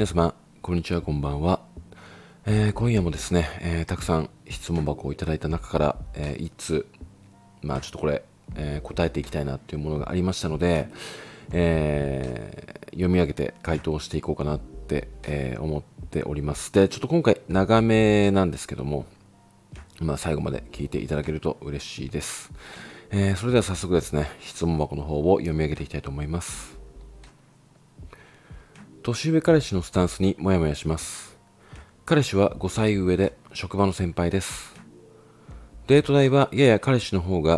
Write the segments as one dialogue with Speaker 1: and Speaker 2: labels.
Speaker 1: 皆様、こんにちは、こんばんは。今夜もですね、たくさん質問箱をいただいた中から、一通、ちょっとこれ、答えていきたいなというものがありましたので、読み上げて回答していこうかなって、思っております。で、ちょっと今回長めなんですけども、最後まで聞いていただけると嬉しいです。それでは早速ですね、質問箱の方を読み上げていきたいと思います。年上彼氏のスタンスにモヤモヤします。彼氏は5歳上で職場の先輩です。デート代はやや彼氏の方が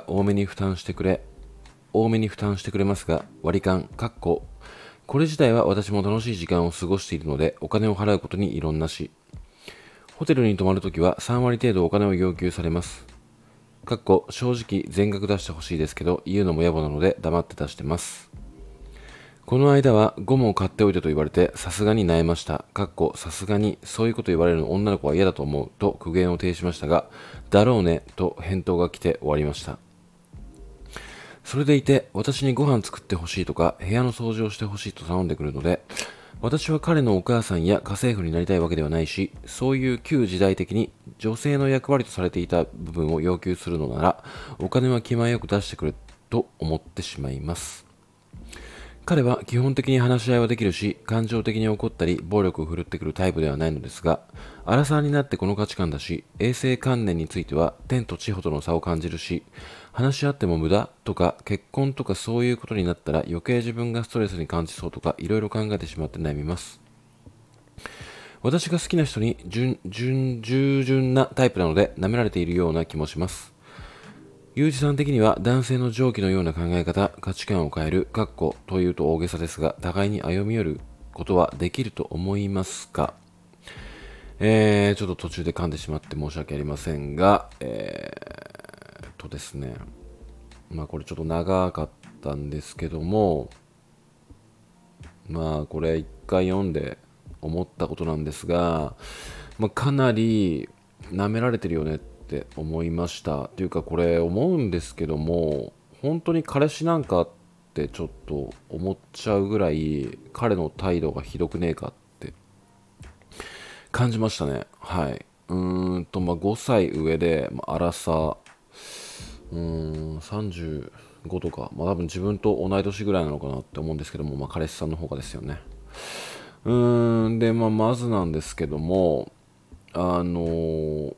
Speaker 1: 多めに負担してくれますが、割り勘、これ自体は私も楽しい時間を過ごしているので、お金を払うことに異論なし。ホテルに泊まるときは3割程度お金を要求されます。正直全額出してほしいですけど、言うのも野暮なので黙って出してます。この間はゴムを買っておいてと言われてさすがに萎えました。さすがにそういうこと言われるの女の子は嫌だと思うと苦言を呈しましたが、だろうねと返答が来て終わりました。それでいて私にご飯作ってほしいとか部屋の掃除をしてほしいと頼んでくるので、私は彼のお母さんや家政婦になりたいわけではないし、そういう旧時代的に女性の役割とされていた部分を要求するのなら、お金は気前よく出してくれと思ってしまいます。彼は基本的に話し合いはできるし、感情的に怒ったり、暴力を振るってくるタイプではないのですが、アラサーになってこの価値観だし、衛生観念については天と地ほどの差を感じるし、話し合っても無駄とか、結婚とかそういうことになったら余計自分がストレスに感じそうとか、いろいろ考えてしまって悩みます。私が好きな人に従順なタイプなので、舐められているような気もします。ゆうじさん的には男性の上記のような考え方、価値観を変える、というと大げさですが、互いに歩み寄ることはできると思いますか？ちょっと途中で噛んでしまって申し訳ありませんが、ですね、これちょっと長かったんですけども、これ一回読んで思ったことなんですが、かなり舐められてるよねって思いました。っていうかこれ思うんですけども、本当に彼氏なんかってちょっと思っちゃうぐらい彼の態度がひどくねえかって感じましたね。はい。5歳上で、アラサ35とか、多分自分と同い年ぐらいなのかなって思うんですけども、彼氏さんの方がですよね。で、まずなんですけども、あのー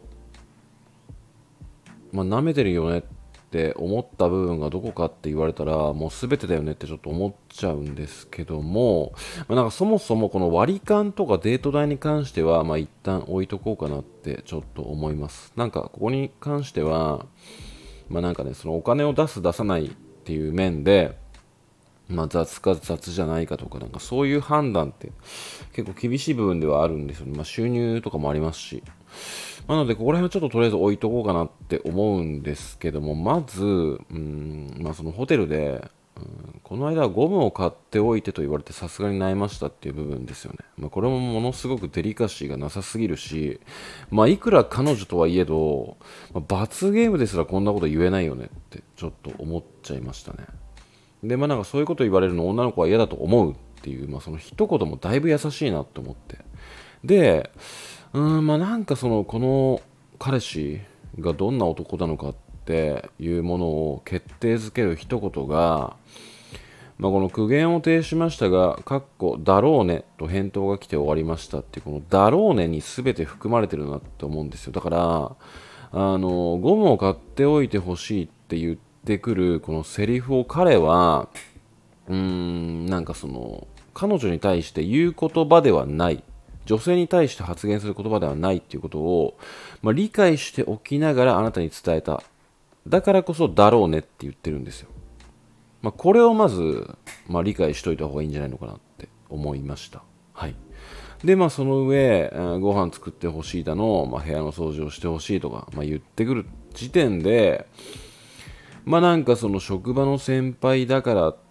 Speaker 1: 舐めてるよねって思った部分がどこかって言われたら、もう全てだよねってちょっと思っちゃうんですけども、なんかそもそもこの割り勘とかデート代に関しては、一旦置いとこうかなってちょっと思います。なんかここに関しては、なんかね、そのお金を出す出さないっていう面で、雑か雑じゃないかとか、なんかそういう判断って結構厳しい部分ではあるんですよね。収入とかもありますし。なので、ここら辺はちょっととりあえず置いとこうかなって思うんですけども、まず、そのホテルで、この間はゴムを買っておいてと言われてさすがに萎えましたっていう部分ですよね。これもものすごくデリカシーがなさすぎるし、いくら彼女とはいえど、罰ゲームですらこんなこと言えないよねってちょっと思っちゃいましたね。で、なんかそういうこと言われるの女の子は嫌だと思うっていう、その一言もだいぶ優しいなと思って。で、なんかこの彼氏がどんな男なのかっていうものを決定づける一言が、この苦言を呈しましたが、だろうねと返答が来て終わりましたっていう、このだろうねに全て含まれてるなって思うんですよ。だから、ゴムを買っておいてほしいって言ってくるこのセリフを彼は、なんか彼女に対して言う言葉ではない。女性に対して発言する言葉ではないっていうことを、理解しておきながらあなたに伝えた。だからこそだろうねって言ってるんですよ。これをまず、理解しといた方がいいんじゃないのかなって思いました。はい。で、その上、ご飯作ってほしいだの、部屋の掃除をしてほしいとか、言ってくる時点で、なんかその職場の先輩だからって、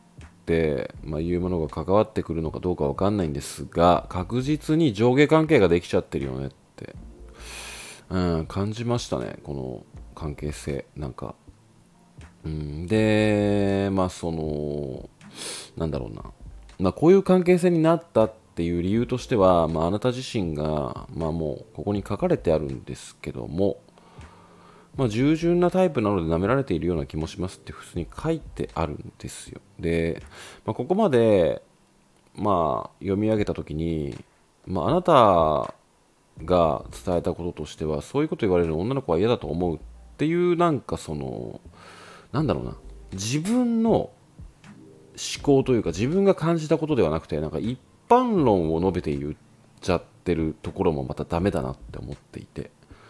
Speaker 1: いうものが関わってくるのかどうかわかんないんですが、確実に上下関係ができちゃってるよねって、感じましたね、この関係性。なんか、で、なんだろうな。こういう関係性になったっっていう理由としては、あなた自身が、もうここに書かれてあるんですけども、従順なタイプなので舐められているような気もしますって普通に書いてあるんですよ。で、ここまで、読み上げたときに、あなたが伝えたこととしては、そういうこと言われる女の子は嫌だと思うっていう、なんだろうな、自分の思考というか、自分が感じたことではなくて、一般論を述べて言っちゃってるところもまたダメだなって思っていて、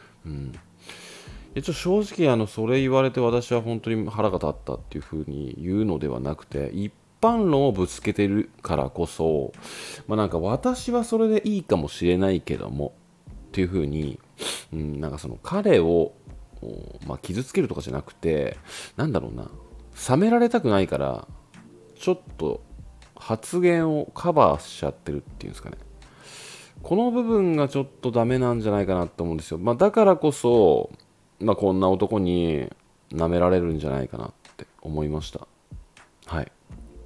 Speaker 1: 正直それ言われて私は本当に腹が立ったっていう風に言うのではなくて、一般論をぶつけてるからこそ、私はそれでいいかもしれないけどもっていう風に、その彼を、傷つけるとかじゃなくて、冷められたくないからちょっと発言をカバーしちゃってるっていうんですかね。この部分がちょっとダメなんじゃないかなと思うんですよ。だからこそ、こんな男に舐められるんじゃないかなって思いました。はい。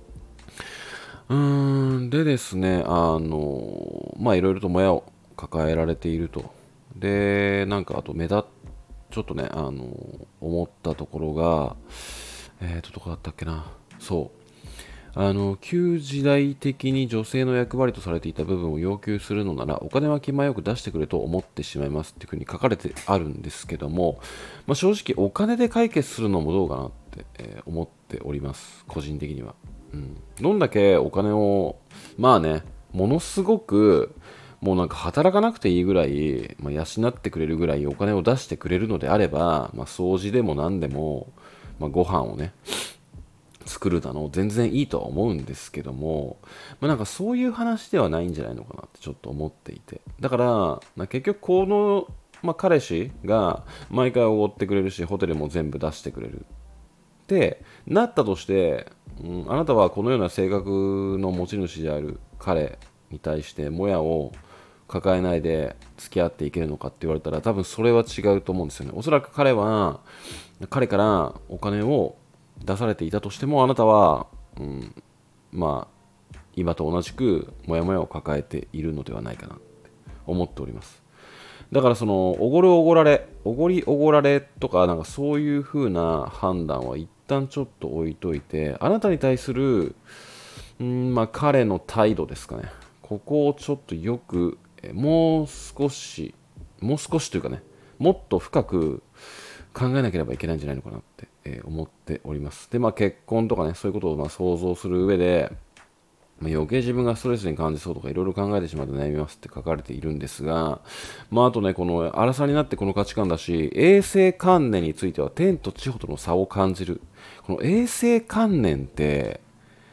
Speaker 1: でですね、いろいろともやを抱えられていると。で、あとちょっとね、思ったところが、どこだったっけな。そう。旧時代的に女性の役割とされていた部分を要求するのならお金は気前よく出してくれと思ってしまいますっていうふうに書かれてあるんですけども、正直お金で解決するのもどうかなって、思っております、個人的には。どんだけお金をものすごくもう働かなくていいぐらい、養ってくれるぐらいお金を出してくれるのであれば、掃除でも何でも、ご飯をね作るだの全然いいとは思うんですけども、そういう話ではないんじゃないのかなってちょっと思っていて、だから、結局この、彼氏が毎回おごってくれるしホテルも全部出してくれるってなったとして、あなたはこのような性格の持ち主である彼に対してもやを抱えないで付き合っていけるのかって言われたら、多分それは違うと思うんですよね。おそらく彼からお金を出されていたとしても、あなたは、まあ今と同じくモヤモヤを抱えているのではないかなって思っております。だからおごるおごられ、おごりおごられとか、そういう風な判断は一旦ちょっと置いといて、あなたに対する、彼の態度ですかね。ここをちょっとよく、もう少しというかね、もっと深く考えなければいけないんじゃないのかなって、思っております。で、結婚とかね、そういうことを想像する上で、余計自分がストレスに感じそうとかいろいろ考えてしまって悩みますって書かれているんですが、あとね、この荒さになってこの価値観だし、衛生観念については天と地ほどの差を感じる。この衛生観念って、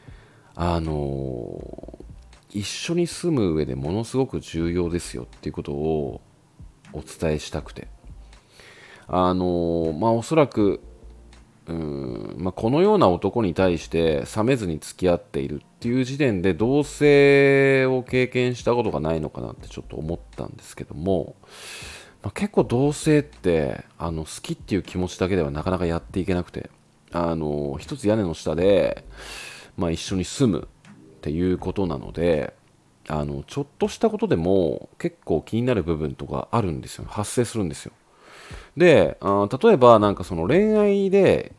Speaker 1: 一緒に住む上でものすごく重要ですよっていうことをお伝えしたくて、おそらくこのような男に対して冷めずに付き合っているっていう時点で同性を経験したことがないのかなってちょっと思ったんですけども、結構同性って好きっていう気持ちだけではなかなかやっていけなくて、一つ屋根の下で、一緒に住むっていうことなので、ちょっとしたことでも結構気になる部分とかあるんですよ。発生するんですよ。で、例えばその恋愛で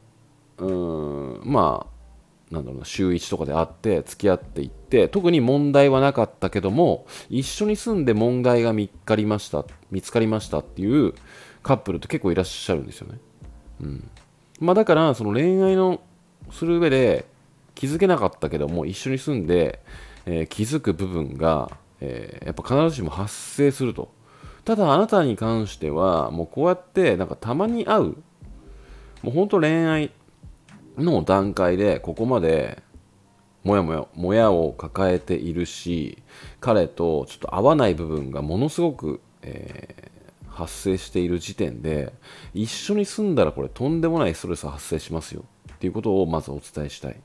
Speaker 1: 週1とかで会って付き合っていって特に問題はなかったけども、一緒に住んで問題が見つかりましたっていうカップルって結構いらっしゃるんですよね。だからその恋愛のする上で気づけなかったけども一緒に住んで、気づく部分が、やっぱ必ずしも発生すると。ただあなたに関してはもうこうやってたまに会う、もう本当恋愛の段階でここまでもやを抱えているし、彼とちょっと合わない部分がものすごく、発生している時点で、一緒に住んだらこれとんでもないストレスが発生しますよっていうことをまずお伝えしたい。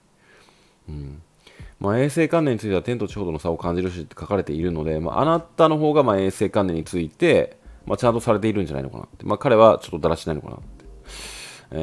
Speaker 1: 衛生観念については天と地ほどの差を感じるしって書かれているので、あなたの方が衛生観念について、ちゃんとされているんじゃないのかなって、彼はちょっとだらしないのかなって、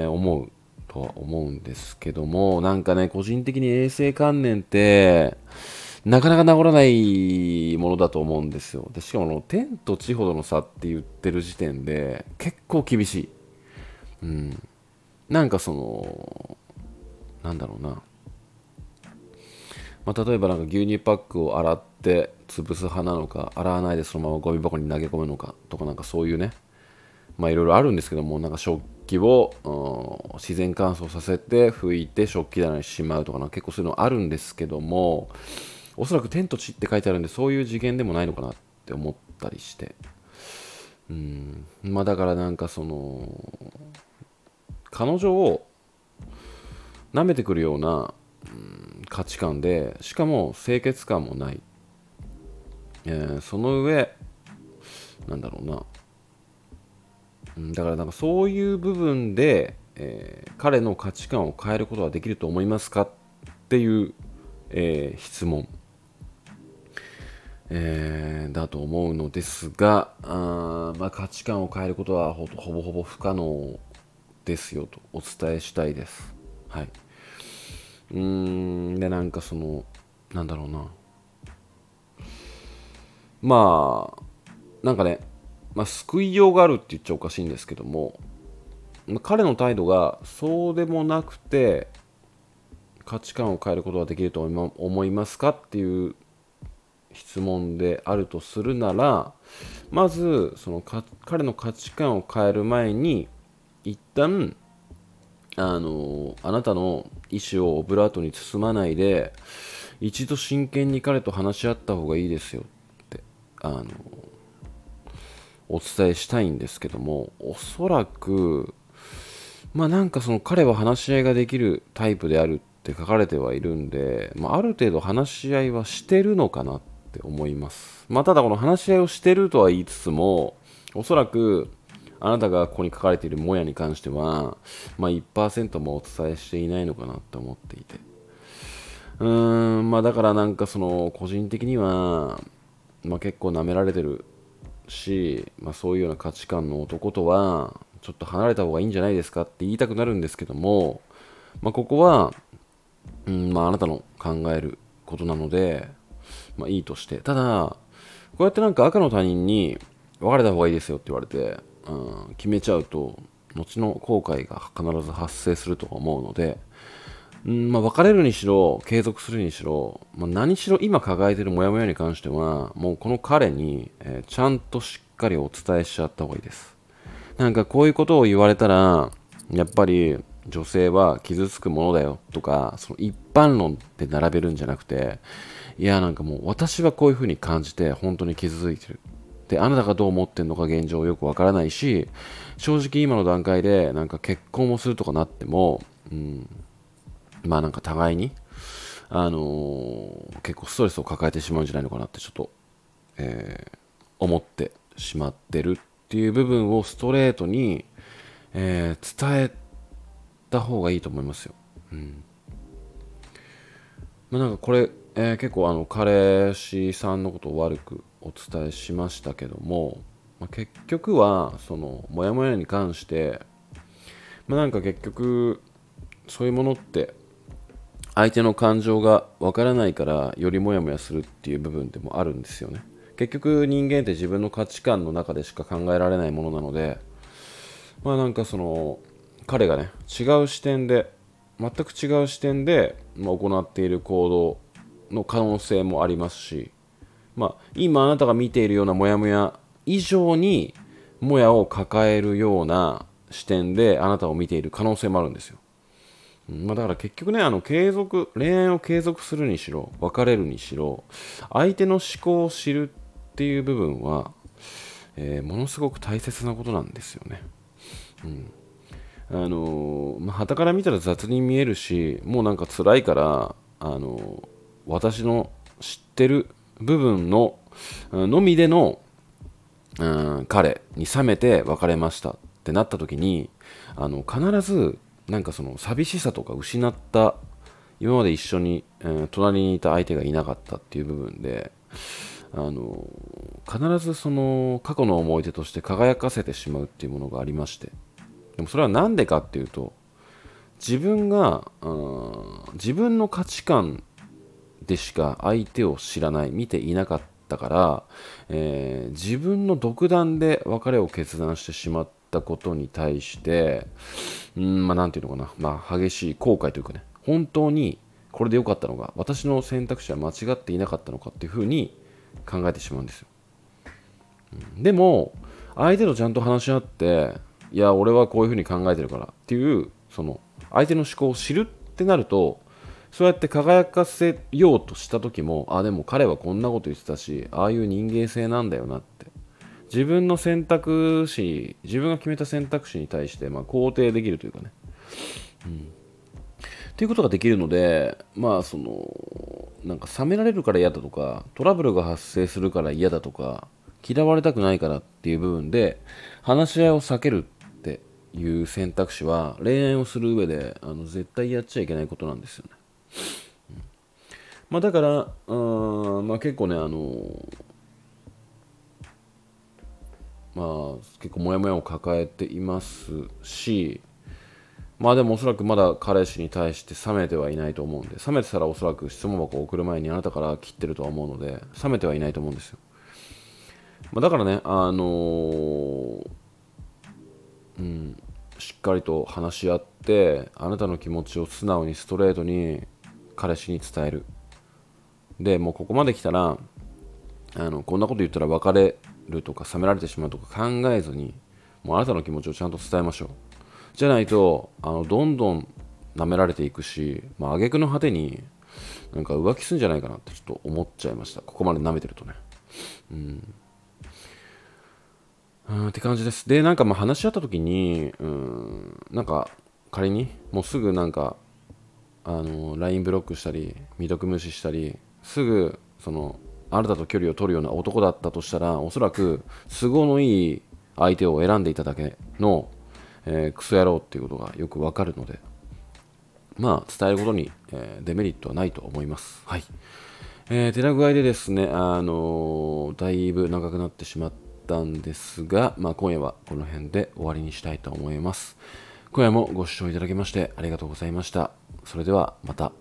Speaker 1: 思うとは思うんですけども、個人的に衛生観念ってなかなか治らないものだと思うんですよ。でしかも天と地ほどの差って言ってる時点で結構厳しい。うん。なんかなんだろうな。まあ、例えばなんか牛乳パックを洗って潰す派なのか、洗わないでそのままゴミ箱に投げ込むのかとか、なんかそういうね、まあいろいろあるんですけども、なんか食器を自然乾燥させて拭いて食器棚にしまうとか、なんか結構そういうのあるんですけども、おそらく天と地って書いてあるんで、そういう次元でもないのかなって思ったりして、まあだからなんか彼女を舐めてくるような価値観で、しかも清潔感もない、その上、なんだろうな、だからなんかそういう部分で、彼の価値観を変えることはできると思いますかっていう、質問、だと思うのですが、まあ、価値観を変えることはほぼほぼ不可能ですよとお伝えしたいです。はい。で、なんかなんだろうな。まあ、なんかね、まあ、救いようがあるって言っちゃおかしいんですけども、まあ彼の態度がそうでもなくて、価値観を変えることができると思いますかっていう質問であるとするなら、まず彼の価値観を変える前に一旦あなたの意思をオブラートに包まないで一度真剣に彼と話し合った方がいいですよってあのお伝えしたいんですけども、おそらくまあなんか彼は話し合いができるタイプであるって書かれてはいるんで、まあ、ある程度話し合いはしてるのかなって思います。まあただこの話し合いをしてるとは言いつつも、おそらくあなたがここに書かれているもやに関しては、まあ、1%もお伝えしていないのかなって思っていて、まあだからなんか個人的には、まあ、結構舐められてるし、まあ、そういうような価値観の男とはちょっと離れた方がいいんじゃないですかって言いたくなるんですけども、まあ、ここは、まあ、あなたの考えることなので、まあ、いいとして、ただこうやってなんか赤の他人に別れた方がいいですよって言われて、決めちゃうと後の後悔が必ず発生すると思うので、まあ、別れるにしろ継続するにしろ、まあ、何しろ今抱えているモヤモヤに関してはもうこの彼に、ちゃんとしっかりお伝えしちゃった方がいいです。なんかこういうことを言われたらやっぱり女性は傷つくものだよとか、その一般論で並べるんじゃなくて、いやなんかもう私はこういう風に感じて本当に傷ついてる、であなたがどう思ってるのか現状よくわからないし、正直今の段階でなんか結婚をするとかなっても、まあなんか互いに、結構ストレスを抱えてしまうんじゃないのかなってちょっと、思ってしまってるっていう部分をストレートに、伝えた方がいいと思いますよ。まあ、なんかこれ、結構彼氏さんのことを悪くお伝えしましたけども、まあ、結局はモヤモヤに関して、まあ、なんか結局そういうものって相手の感情がわからないからよりモヤモヤするっていう部分でもあるんですよね。結局人間って自分の価値観の中でしか考えられないものなので、まあなんか彼がね違う視点で全く違う視点で、まあ、行っている行動の可能性もありますし、まあ、今あなたが見ているようなモヤモヤ以上にモヤを抱えるような視点であなたを見ている可能性もあるんですよ。まあ、だから結局ね、恋愛を継続するにしろ別れるにしろ相手の思考を知るっていう部分は、ものすごく大切なことなんですよね。まあ、傍から見たら雑に見えるし、もうなんか辛いから、私の知ってる部分のみでの、彼に冷めて別れましたってなった時に、必ずなんか寂しさとか失った今まで一緒に、隣にいた相手がいなかったっていう部分で、必ず過去の思い出として輝かせてしまうっていうものがありまして、でもそれは何でかっていうと、自分が、自分の価値観てしか相手を知らない、見ていなかったから、自分の独断で別れを決断してしまったことに対して、なんていうのかな、激しい後悔というかね、本当にこれで良かったのか、私の選択肢は間違っていなかったのかっていうふうに考えてしまうんですよ。でも、相手とちゃんと話し合って、いや、俺はこういうふうに考えてるからっていう、その、相手の思考を知るってなると、そうやって輝かせようとした時も、でも彼はこんなこと言ってたし、ああいう人間性なんだよなって。自分の選択肢、自分が決めた選択肢に対して、肯定できるというかね。っていうことができるので、なんか冷められるから嫌だとか、トラブルが発生するから嫌だとか、嫌われたくないからっていう部分で、話し合いを避けるっていう選択肢は、恋愛をする上で、絶対やっちゃいけないことなんですよね。だから、結構ね、結構モヤモヤを抱えていますし、でもおそらくまだ彼氏に対して冷めてはいないと思うんで、冷めてたらおそらく質問箱を送る前にあなたから切ってるとは思うので、冷めてはいないと思うんですよ。だからね、しっかりと話し合って、あなたの気持ちを素直にストレートに彼氏に伝える。で、もうここまで来たら、こんなこと言ったら別れるとか冷められてしまうとか考えずに、もうあなたの気持ちをちゃんと伝えましょう。じゃないと、どんどん舐められていくし、挙句の果てになんか浮気するんじゃないかなってちょっと思っちゃいました。ここまで舐めてるとね。って感じです。で、なんか話し合った時に、なんか仮にもうすぐなんかLINE ブロックしたり、未読無視したり、すぐあなたと距離を取るような男だったとしたら、おそらく都合のいい相手を選んでいただけの、クソ野郎っていうことがよくわかるので、伝えることに、デメリットはないと思います。はい。手な具合でですね、だいぶ長くなってしまったんですが、今夜はこの辺で終わりにしたいと思います。今夜もご視聴いただきましてありがとうございました。それではまた。